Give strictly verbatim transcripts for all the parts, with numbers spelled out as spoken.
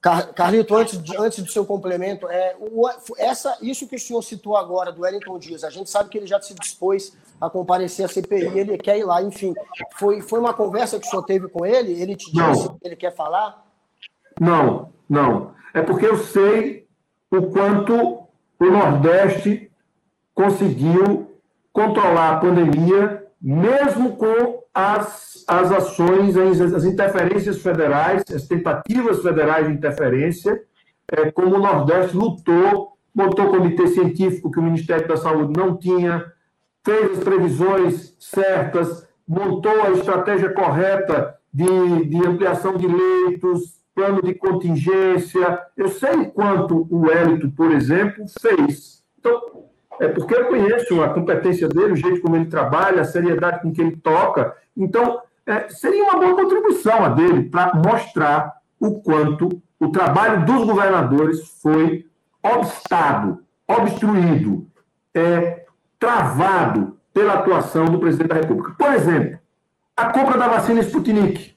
Car Carlito, antes, de, antes do seu complemento, é, o, essa, isso que o senhor citou agora do Wellington Dias, a gente sabe que ele já se dispôs a comparecer à C P I, ele quer ir lá, enfim. Foi, foi uma conversa que o senhor teve com ele? Ele te disse que ele quer falar? Não, não. É porque eu sei o quanto o Nordeste conseguiu controlar a pandemia, mesmo com as, as ações, as, as interferências federais, as tentativas federais de interferência, é, como o Nordeste lutou, montou o comitê científico que o Ministério da Saúde não tinha, fez as previsões certas, montou a estratégia correta de, de ampliação de leitos, plano de contingência. Eu sei o quanto o Wellington, por exemplo, fez. Então, é porque eu conheço a competência dele, o jeito como ele trabalha, a seriedade com que ele toca. Então, é, seria uma boa contribuição a dele para mostrar o quanto o trabalho dos governadores foi obstado, obstruído, é, travado pela atuação do presidente da República. Por exemplo, a compra da vacina Sputnik.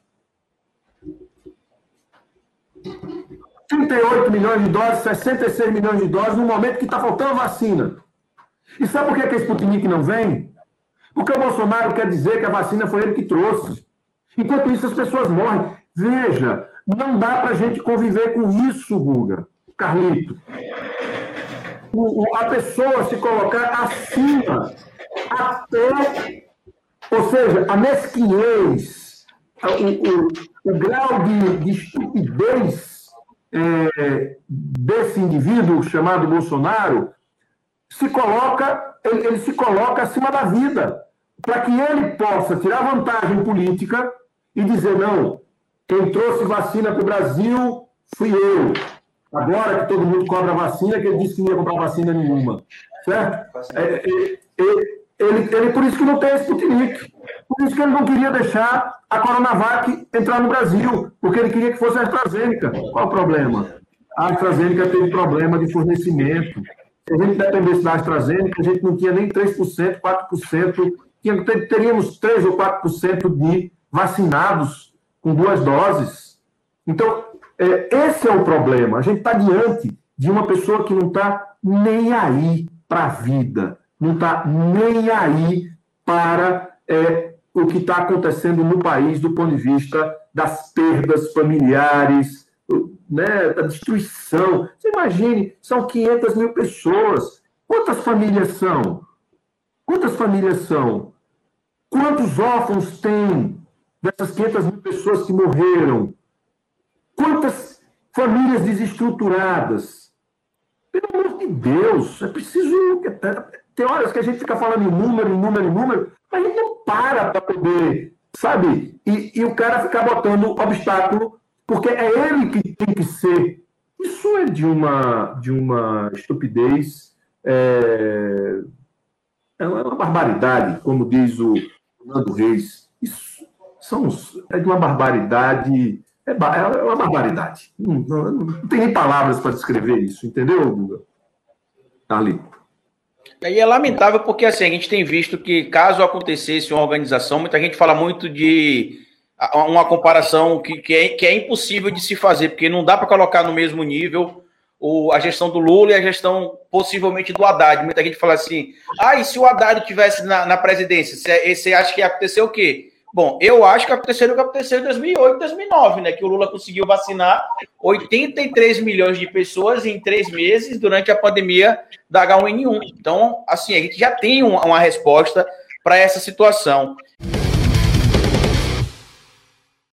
trinta e oito milhões de doses, sessenta e seis milhões de doses, no momento que está faltando vacina. E sabe por que a Sputnik não vem? Porque o Bolsonaro quer dizer que a vacina foi ele que trouxe. Enquanto isso, as pessoas morrem. Veja, não dá para a gente conviver com isso, Guga, Carlito. O, o, a pessoa se colocar acima, até, ou seja, a mesquinhez, o, o, o grau de, de estupidez é, desse indivíduo chamado Bolsonaro, se coloca, ele, ele se coloca acima da vida, para que ele possa tirar vantagem política e dizer, não, quem trouxe vacina para o Brasil fui eu. Agora que todo mundo cobra vacina, que ele disse que não ia comprar vacina nenhuma. Certo? É, é, é, ele, ele, por isso que não tem Sputnik. Por isso que ele não queria deixar a Coronavac entrar no Brasil, porque ele queria que fosse a AstraZeneca. Qual o problema? A AstraZeneca teve problema de fornecimento. Se a gente dependesse da AstraZeneca, a gente não tinha nem três por cento, quatro por cento, teríamos três ou quatro por cento de vacinados com duas doses. Então, é, esse é o problema. A gente está diante de uma pessoa que não está nem aí para a vida, não está nem aí para é, o que está acontecendo no país do ponto de vista das perdas familiares, né, da destruição. Você imagine, são quinhentas mil pessoas. Quantas famílias são? Quantas famílias são? Quantos órfãos tem dessas quinhentas mil pessoas que morreram? Quantas famílias desestruturadas? Pelo amor de Deus, é preciso... Tem horas que a gente fica falando em número, em número, em número, mas a gente não para para poder, sabe? E, e o cara ficar botando obstáculo, porque é ele que tem que ser. Isso é de uma, de uma estupidez, é, é uma barbaridade, como diz o Nando Reis. Isso são, é de uma barbaridade... É, é uma barbaridade. Não, não, não tem nem palavras para descrever isso, entendeu, Guga? Ali. E é lamentável porque assim, a gente tem visto que, caso acontecesse uma organização, muita gente fala muito de uma comparação que, que, é, que é impossível de se fazer, porque não dá para colocar no mesmo nível o, a gestão do Lula e a gestão possivelmente do Haddad. Muita gente fala assim, ah, e se o Haddad estivesse na, na presidência, você, você acha que ia acontecer o quê? Bom, eu acho que aconteceu o que aconteceu em dois mil e oito, dois mil e nove, né? Que o Lula conseguiu vacinar oitenta e três milhões de pessoas em três meses durante a pandemia da agá um ene um. Então, assim, a gente já tem uma resposta para essa situação.